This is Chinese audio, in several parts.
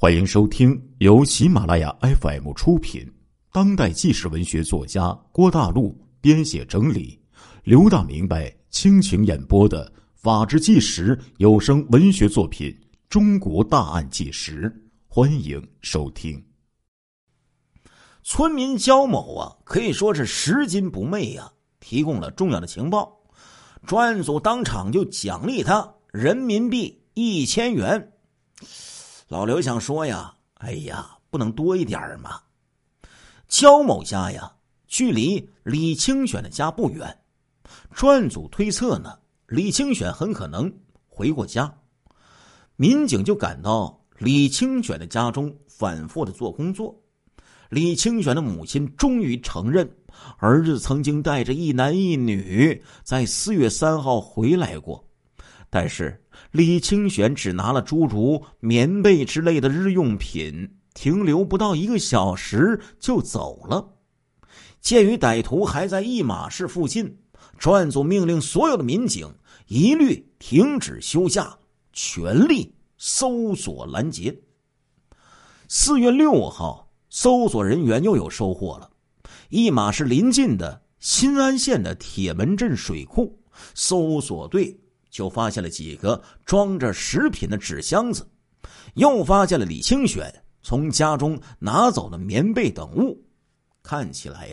欢迎收听由喜马拉雅 FM 出品，当代纪实文学作家郭大陆编写整理，刘大明白倾情演播的法制纪实有声文学作品《中国大案纪实》，欢迎收听。 村民焦某可以说是拾金不昧提供了重要的情报。专案组当场就奖励他人民币1000元。老刘想说不能多一点吗？焦某家距离李清选的家不远，专案组推测李清选很可能回过家。民警就赶到李清选的家中，反复的做工作。李清选的母亲终于承认，儿子曾经带着一男一女在4月3号回来过，但是李清选只拿了诸如棉被之类的日用品，停留不到1个小时就走了。鉴于歹徒还在一马市附近，专案组命令所有的民警一律停止休假，全力搜索拦截。4月6号，搜索人员又有收获了。一马市临近的新安县的铁门镇水库，搜索队就发现了几个装着食品的纸箱子，又发现了李清选从家中拿走的棉被等物。看起来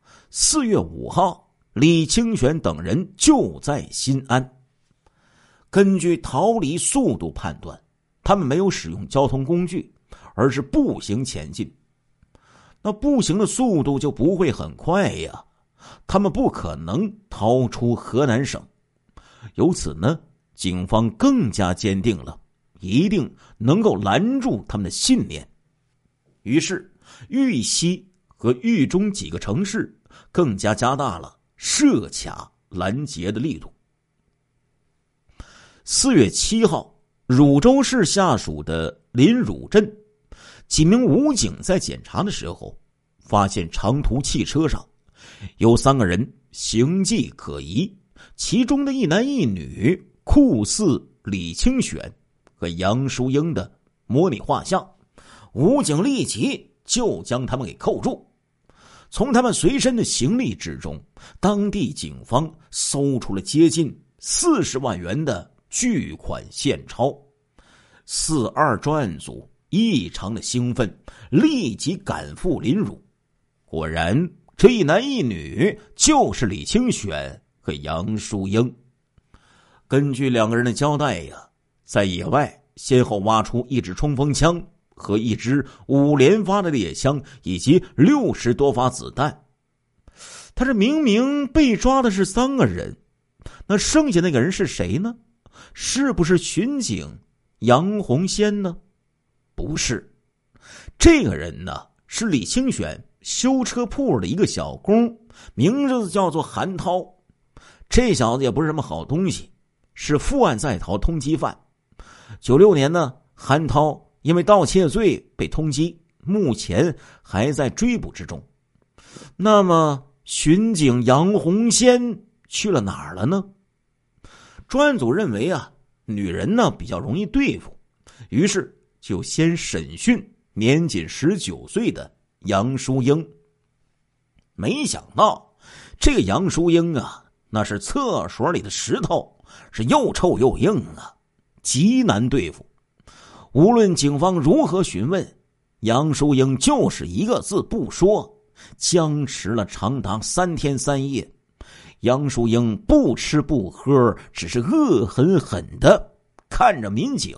4月5号李清选等人就在新安。根据逃离速度判断，他们没有使用交通工具，而是步行前进。那步行的速度就不会很快他们不可能逃出河南省。由此警方更加坚定了一定能够拦住他们的信念。于是豫西和豫中几个城市更加加大了设卡拦截的力度。4月7号，汝州市下属的临汝镇，几名武警在检查的时候发现长途汽车上有3个人形迹可疑，其中的一男一女酷似李清选和杨淑英的模拟画像，武警立即就将他们给扣住。从他们随身的行李之中，当地警方搜出了接近40万元的巨款现钞。4·2专案组异常的兴奋，立即赶赴临汝。果然这一男一女就是李清选和杨淑英。根据2个人的交代在野外先后挖出1支冲锋枪和1支5连发的猎枪，以及60多发子弹。他这明明被抓的是3个人，那剩下那个人是谁呢？是不是巡警杨红仙呢？不是，这个人是李清选修车铺的一个小工，名字叫做韩涛。这小子也不是什么好东西，是负案在逃通缉犯。96年韩涛因为盗窃罪被通缉，目前还在追捕之中。那么巡警杨红仙去了哪儿了呢？专案组认为女人比较容易对付，于是就先审讯年仅19岁的杨淑英。没想到这个杨淑英那是厕所里的石头，是又臭又硬极难对付。无论警方如何询问，杨淑英就是一个字不说，僵持了长达3天3夜。杨淑英不吃不喝，只是恶狠狠地看着民警。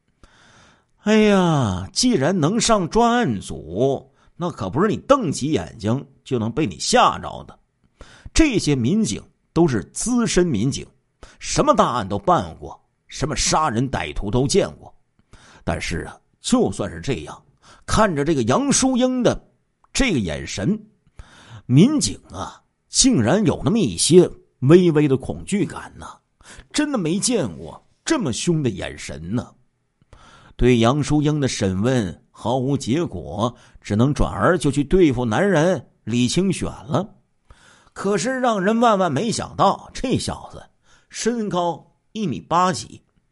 既然能上专案组，那可不是你瞪起眼睛就能被你吓着的。这些民警都是资深民警，什么大案都办过，什么杀人歹徒都见过。但是就算是这样，看着这个杨淑英的这个眼神，民警竟然有那么一些微微的恐惧感真的没见过这么凶的眼神对杨淑英的审问毫无结果，只能转而就去对付男人李清选了。可是让人万万没想到，这小子身高1.8米几，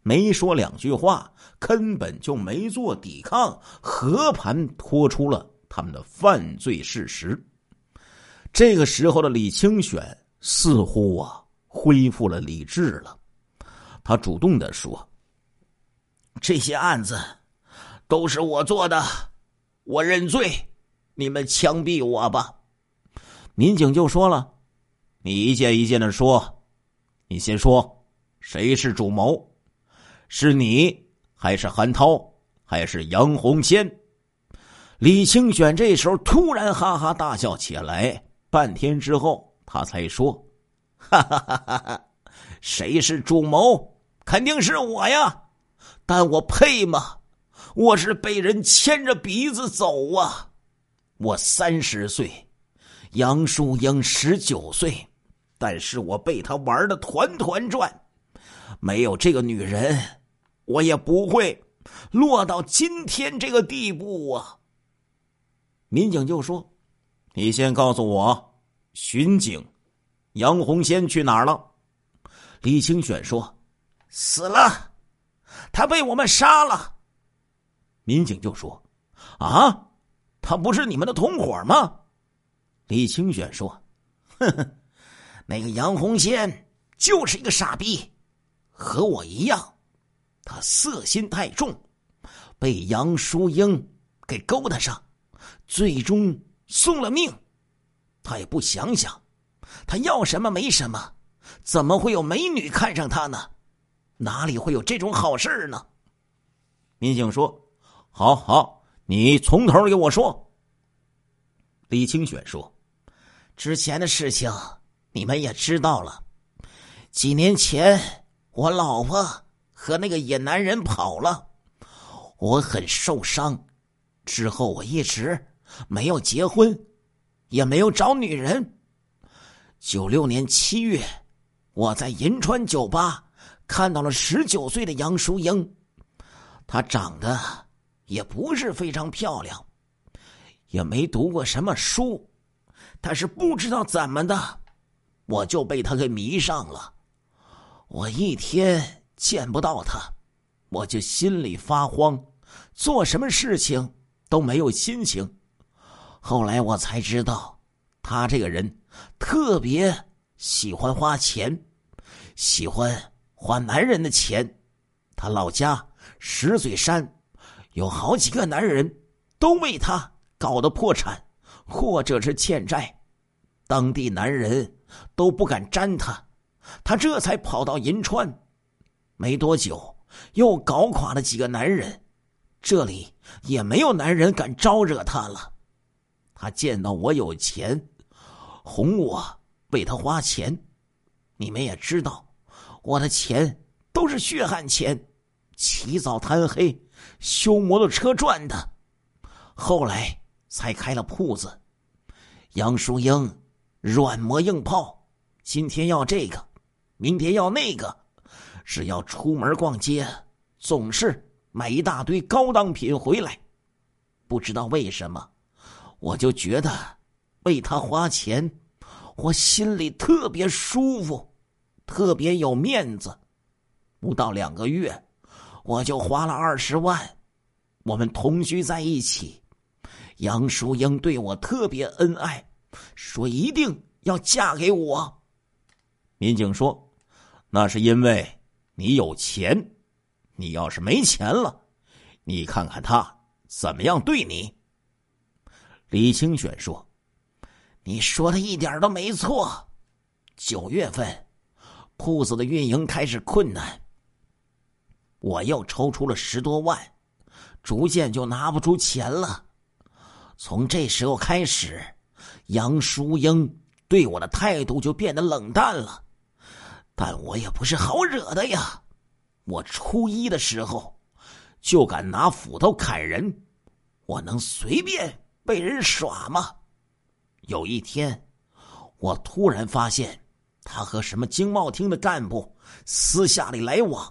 没说两句话，根本就没做抵抗，和盘托出了他们的犯罪事实。这个时候的李清选似乎恢复了理智了，他主动地说：“这些案子都是我做的，我认罪，你们枪毙我吧。”民警就说了：“你一件一件的说，你先说，谁是主谋？是你还是韩涛还是杨红仙？”李清选这时候突然哈哈大笑起来，半天之后他才说：“哈哈哈哈哈，谁是主谋？肯定是我呀，但我配吗？我是被人牵着鼻子走啊！我30岁，杨淑英19岁，但是我被她玩得团团转，没有这个女人，我也不会落到今天这个地步啊！”民警就说：“你先告诉我，巡警杨红仙去哪儿了？”李清选说：“死了，他被我们杀了。”民警就说：“啊，他不是你们的同伙吗？”李清选说：“呵呵，那个杨红仙就是一个傻逼，和我一样，他色心太重，被杨淑英给勾搭上，最终送了命。他也不想想，他要什么没什么，怎么会有美女看上他呢？哪里会有这种好事呢？”民警说：“好好，你从头给我说。”李清选说：“之前的事情你们也知道了，几年前我老婆和那个野男人跑了，我很受伤，之后我一直没有结婚，也没有找女人。96年7月，我在银川酒吧看到了19岁的杨淑英，她长得也不是非常漂亮，也没读过什么书，但是不知道怎么的，我就被她给迷上了。我一天见不到她，我就心里发慌，做什么事情都没有心情。后来我才知道，她这个人特别喜欢花钱，喜欢花男人的钱。她老家石嘴山有好几个男人都为她搞得破产，或者是欠债，当地男人都不敢沾她，她这才跑到银川。没多久又搞垮了几个男人，这里也没有男人敢招惹她了。她见到我有钱，哄我为她花钱。你们也知道，我的钱都是血汗钱，起早贪黑修摩托车赚的，后来才开了铺子。杨淑英软磨硬泡，今天要这个，明天要那个，只要出门逛街，总是买一大堆高档品回来。不知道为什么，我就觉得为她花钱，我心里特别舒服，特别有面子。不到2个月，我就花了20万。我们同居在一起，杨淑英对我特别恩爱，说一定要嫁给我。民警说：“那是因为你有钱，你要是没钱了，你看看他怎么样对你。”李清选说：“你说的一点都没错。9月份，铺子的运营开始困难，我又抽出了10多万，逐渐就拿不出钱了。从这时候开始，杨淑英对我的态度就变得冷淡了。但我也不是好惹的呀，我初一的时候就敢拿斧头砍人，我能随便被人耍吗？有一天，我突然发现他和什么经贸厅的干部私下里来往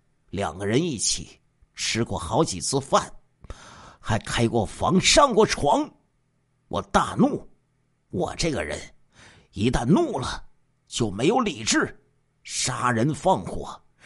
，2个人一起吃过好几次饭，还开过房，上过床。我大怒，我这个人一旦怒了就没有理智，杀人放火，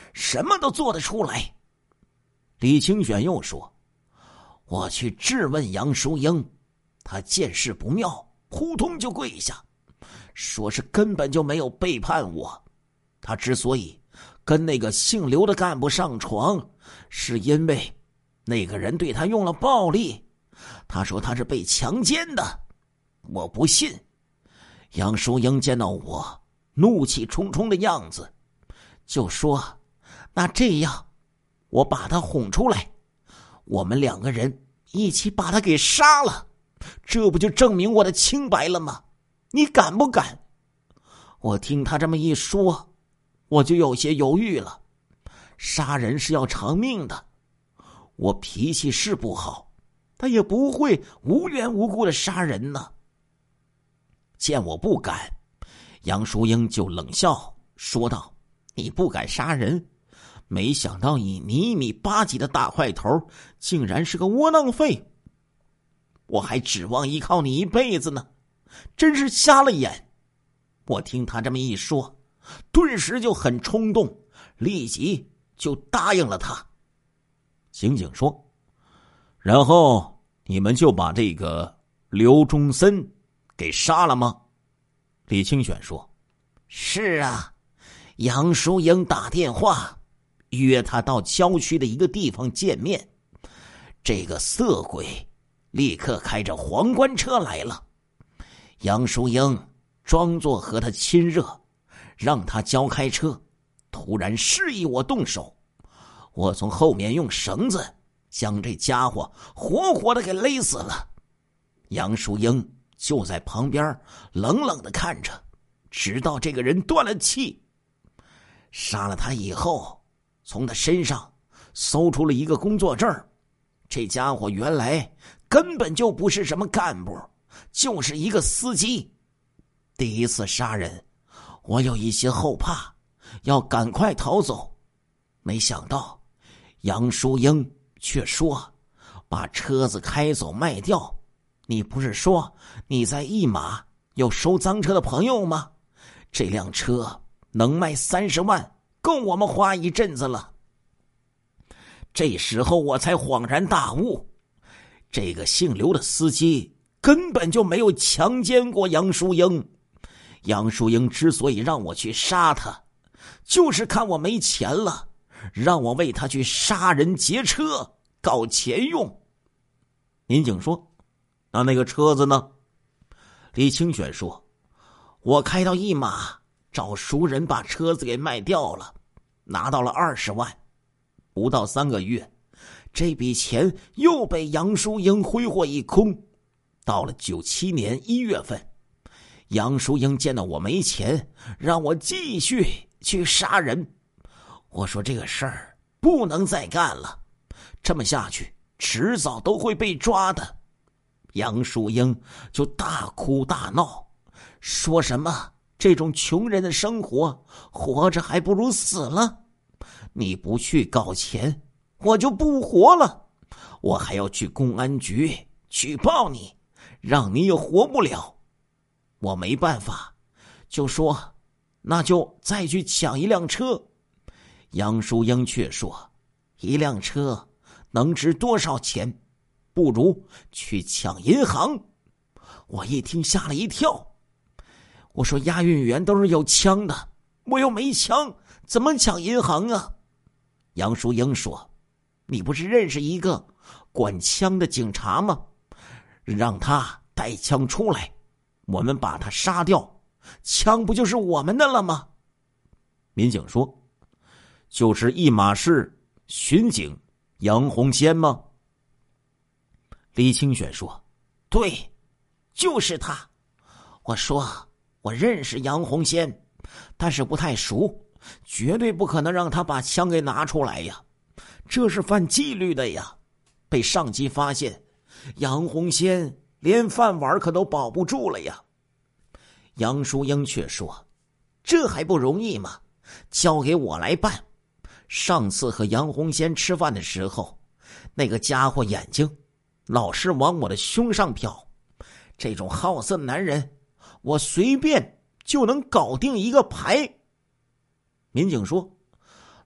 什么都做得出来。 李清选又说：“ 我去质问杨淑英，他见势不妙，扑通就跪下，说是根本就没有背叛我。他之所以跟那个姓刘的干部上床，是因为那个人对他用了暴力。他说他是被强奸的，我不信。杨淑英见到我怒气冲冲的样子，就说：那这样，我把他哄出来，我们2个人一起把他给杀了，这不就证明我的清白了吗？你敢不敢？”我听他这么一说，我就有些犹豫了。杀人是要偿命的，我脾气是不好，他也不会无缘无故的杀人呢。见我不敢，杨淑英就冷笑说道：“你不敢杀人，没想到你1米8几的大块头竟然是个窝囊废，我还指望依靠你一辈子呢，真是瞎了眼。”我听他这么一说，顿时就很冲动，立即就答应了他。 刑警说：“然后你们就把这个刘忠森给杀了吗？”李清选说：“ 是啊，杨淑英打电话约他到郊区的一个地方见面，这个色鬼立刻开着皇冠车来了。杨淑英装作和他亲热，让他交开车，突然示意我动手。我从后面用绳子将这家伙活活的给勒死了。杨淑英就在旁边冷冷的看着，直到这个人断了气。杀了他以后，从他身上搜出了一个工作证，这家伙原来根本就不是什么干部，就是一个司机。第一次杀人，我有一些后怕，要赶快逃走，没想到杨淑英却说把车子开走卖掉。你不是说你在一马有收赃车的朋友吗？这辆车能卖30万，够我们花一阵子了。这时候我才恍然大悟，这个姓刘的司机根本就没有强奸过杨淑英。杨淑英之所以让我去杀他，就是看我没钱了，让我为他去杀人劫车搞钱用。 民警说：“那个车子呢？” 李清选说：“我开到一马，找熟人把车子给卖掉了，拿到了20万。不到3个月，这笔钱又被杨淑英挥霍一空。到了97年1月份，杨淑英见到我没钱，让我继续去杀人。我说这个事儿不能再干了，这么下去迟早都会被抓的。杨淑英就大哭大闹，说什么这种穷人的生活，活着还不如死了。你不去搞钱，我就不活了，我还要去公安局举报你，让你也活不了。我没办法，就说那就再去抢一辆车。杨淑英却说，一辆车能值多少钱？不如去抢银行。我一听吓了一跳，我说押运员都是有枪的，我又没枪，怎么抢银行啊？杨淑英说，你不是认识一个管枪的警察吗？让他带枪出来，我们把他杀掉，枪不就是我们的了吗？ 民警说，就是一马市巡警杨红先吗？ 李清选说，对，就是他。我说我认识杨红先，但是不太熟，绝对不可能让他把枪给拿出来呀，这是犯纪律的呀。被上级发现，杨红先连饭碗可都保不住了呀。杨淑英却说，这还不容易吗？交给我来办。上次和杨红先吃饭的时候，那个家伙眼睛老是往我的胸上瞟，这种好色的男人，我随便就能搞定一个排。民警说，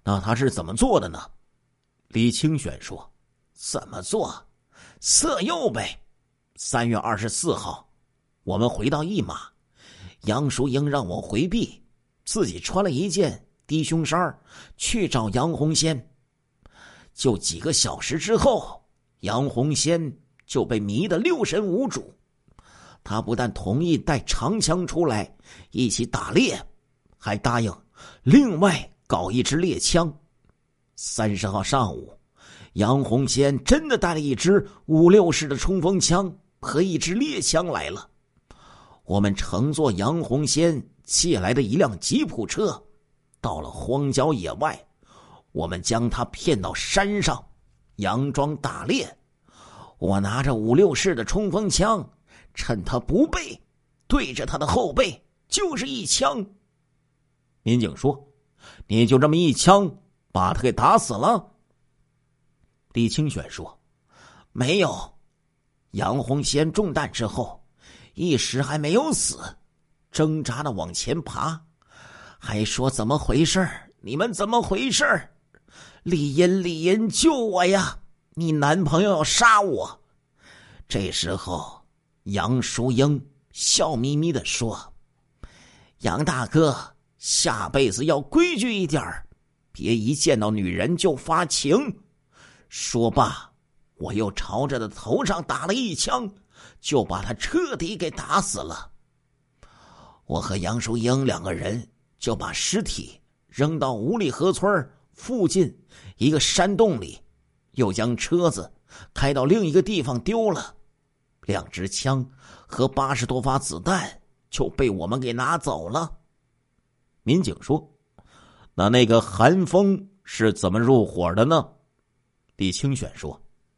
那他是怎么做的呢？ 李清选说： 怎么做？色诱呗。3月24号，我们回到驿马，杨淑英让我回避，自己穿了一件低胸衫去找杨红仙。就几个小时之后，杨红仙就被迷得六神无主。他不但同意带长枪出来一起打猎，还答应另外搞一支猎枪。30号上午，杨红仙真的带了一支56式的冲锋枪和一支猎枪来了。我们乘坐杨红仙借来的一辆吉普车，到了荒郊野外，我们将他骗到山上，佯装打猎。我拿着56式的冲锋枪，趁他不备，对着他的后背就是一枪。 民警说：你就这么一枪把他给打死了？ 李清选说：没有，杨红仙中弹之后一时还没有死，挣扎的往前爬，还说怎么回事？你们怎么回事？丽音救我呀，你男朋友要杀我。这时候杨淑英笑眯眯地说：杨大哥，下辈子要规矩一点，别一见到女人就发情。说罢，我又朝着他头上打了一枪，就把他彻底给打死了。我和杨淑英2个人就把尸体扔到五里河村附近一个山洞里，又将车子开到另一个地方丢了。2支枪和80多发子弹就被我们给拿走了。 民警说：那个韩风是怎么入伙的呢？李清选说：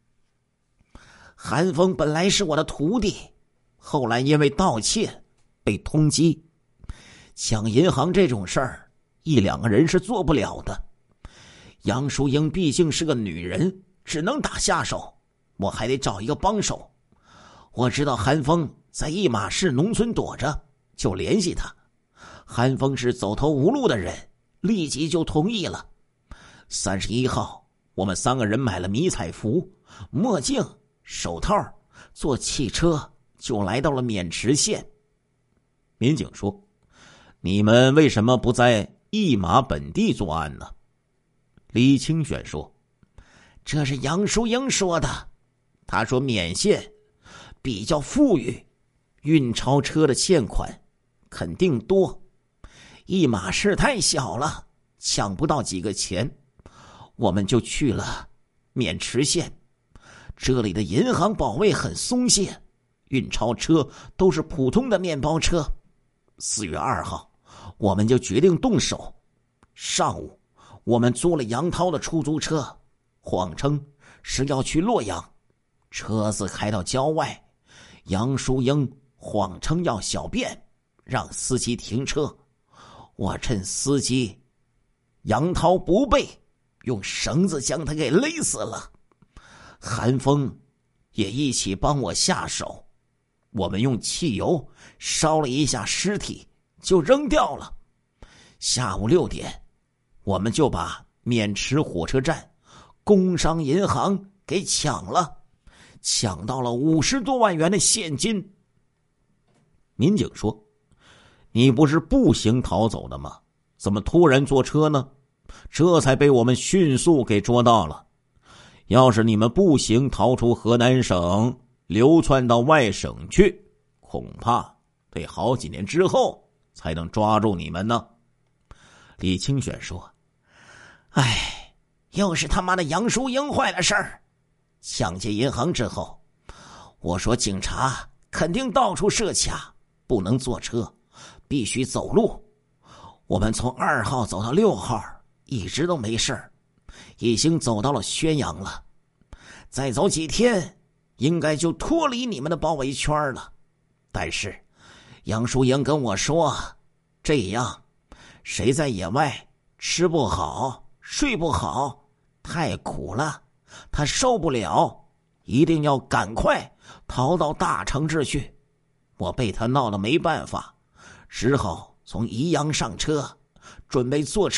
韩风本来是我的徒弟，后来因为盗窃被通缉。抢银行这种事儿，1、2个人是做不了的。杨淑英毕竟是个女人，只能打下手，我还得找一个帮手。我知道韩风在驿马市农村躲着，就联系他。韩风是走投无路的人，立即就同意了。31号，我们3个人买了迷彩服、墨镜、手套，坐汽车就来到了渑池县。 民警说：你们为什么不在驿马本地作案呢？李清选说： 这是杨淑英说的。他说渑县比较富裕，运钞车的欠款肯定多，驿马市太小了，抢不到几个钱，我们就去了渑池县。这里的银行保卫很松懈，运钞车都是普通的面包车。4月2号，我们就决定动手。上午，我们租了杨涛的出租车，谎称是要去洛阳。车子开到郊外，杨淑英谎称要小便，让司机停车。我趁司机杨涛不备，用绳子将他给勒死了。韩风也一起帮我下手。我们用汽油烧了一下尸体，就扔掉了。下午6点，我们就把渑池火车站、工商银行给抢了，抢到了50多万元的现金。 民警说：你不是步行逃走的吗？怎么突然坐车呢？这才被我们迅速给捉到了。要是你们步行逃出河南省，流窜到外省去，恐怕得好几年之后才能抓住你们呢。 李清选说：哎，又是他妈的杨淑英坏了事儿。抢劫银行之后，我说警察肯定到处设卡，不能坐车，必须走路。我们从2号走到6号，一直都没事，已经走到了宣阳了。再走几天，应该就脱离你们的包围圈了。但是杨淑英跟我说，这样谁在野外吃不好睡不好，太苦了，他受不了，一定要赶快逃到大城市去。我被他闹得没办法，只好从宜阳上车，准备坐车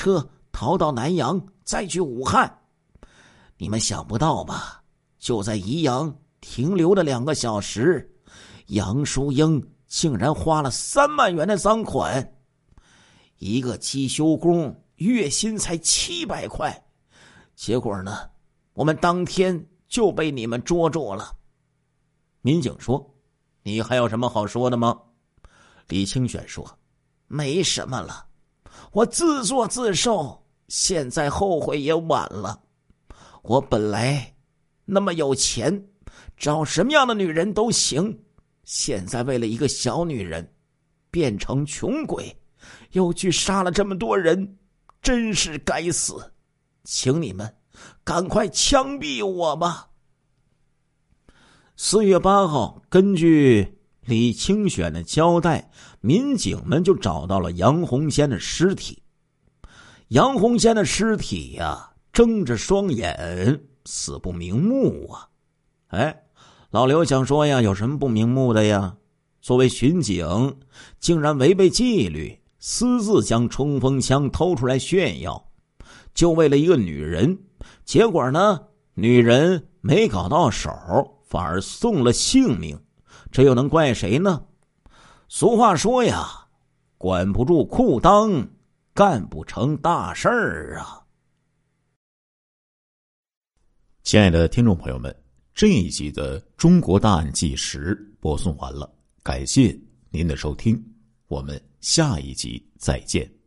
逃到南阳，再去武汉。你们想不到吧？就在宜阳停留的2个小时，杨淑英竟然花了3万元的赃款。一个机修工月薪才700块，结果呢，我们当天就被你们捉住了。 民警说：“你还有什么好说的吗？” 李清玄说：“没什么了，我自作自受，现在后悔也晚了。我本来那么有钱，找什么样的女人都行，现在为了一个小女人变成穷鬼，又去杀了这么多人，真是该死！请你们赶快枪毙我吧。 ”4月8号，根据李清玄的交代，民警们就找到了杨红仙的尸体。杨红仙的尸体呀，睁着双眼，死不瞑目啊！哎，老刘想说呀，有什么不瞑目的呀？作为巡警，竟然违背纪律，私自将冲锋枪偷出来炫耀，就为了一个女人。结果呢，女人没搞到手，反而送了性命，这又能怪谁呢？俗话说呀，管不住裤裆，干不成大事儿啊！ 亲爱的听众朋友们，这一集的《中国大案纪实》播送完了，感谢您的收听，我们下一集再见。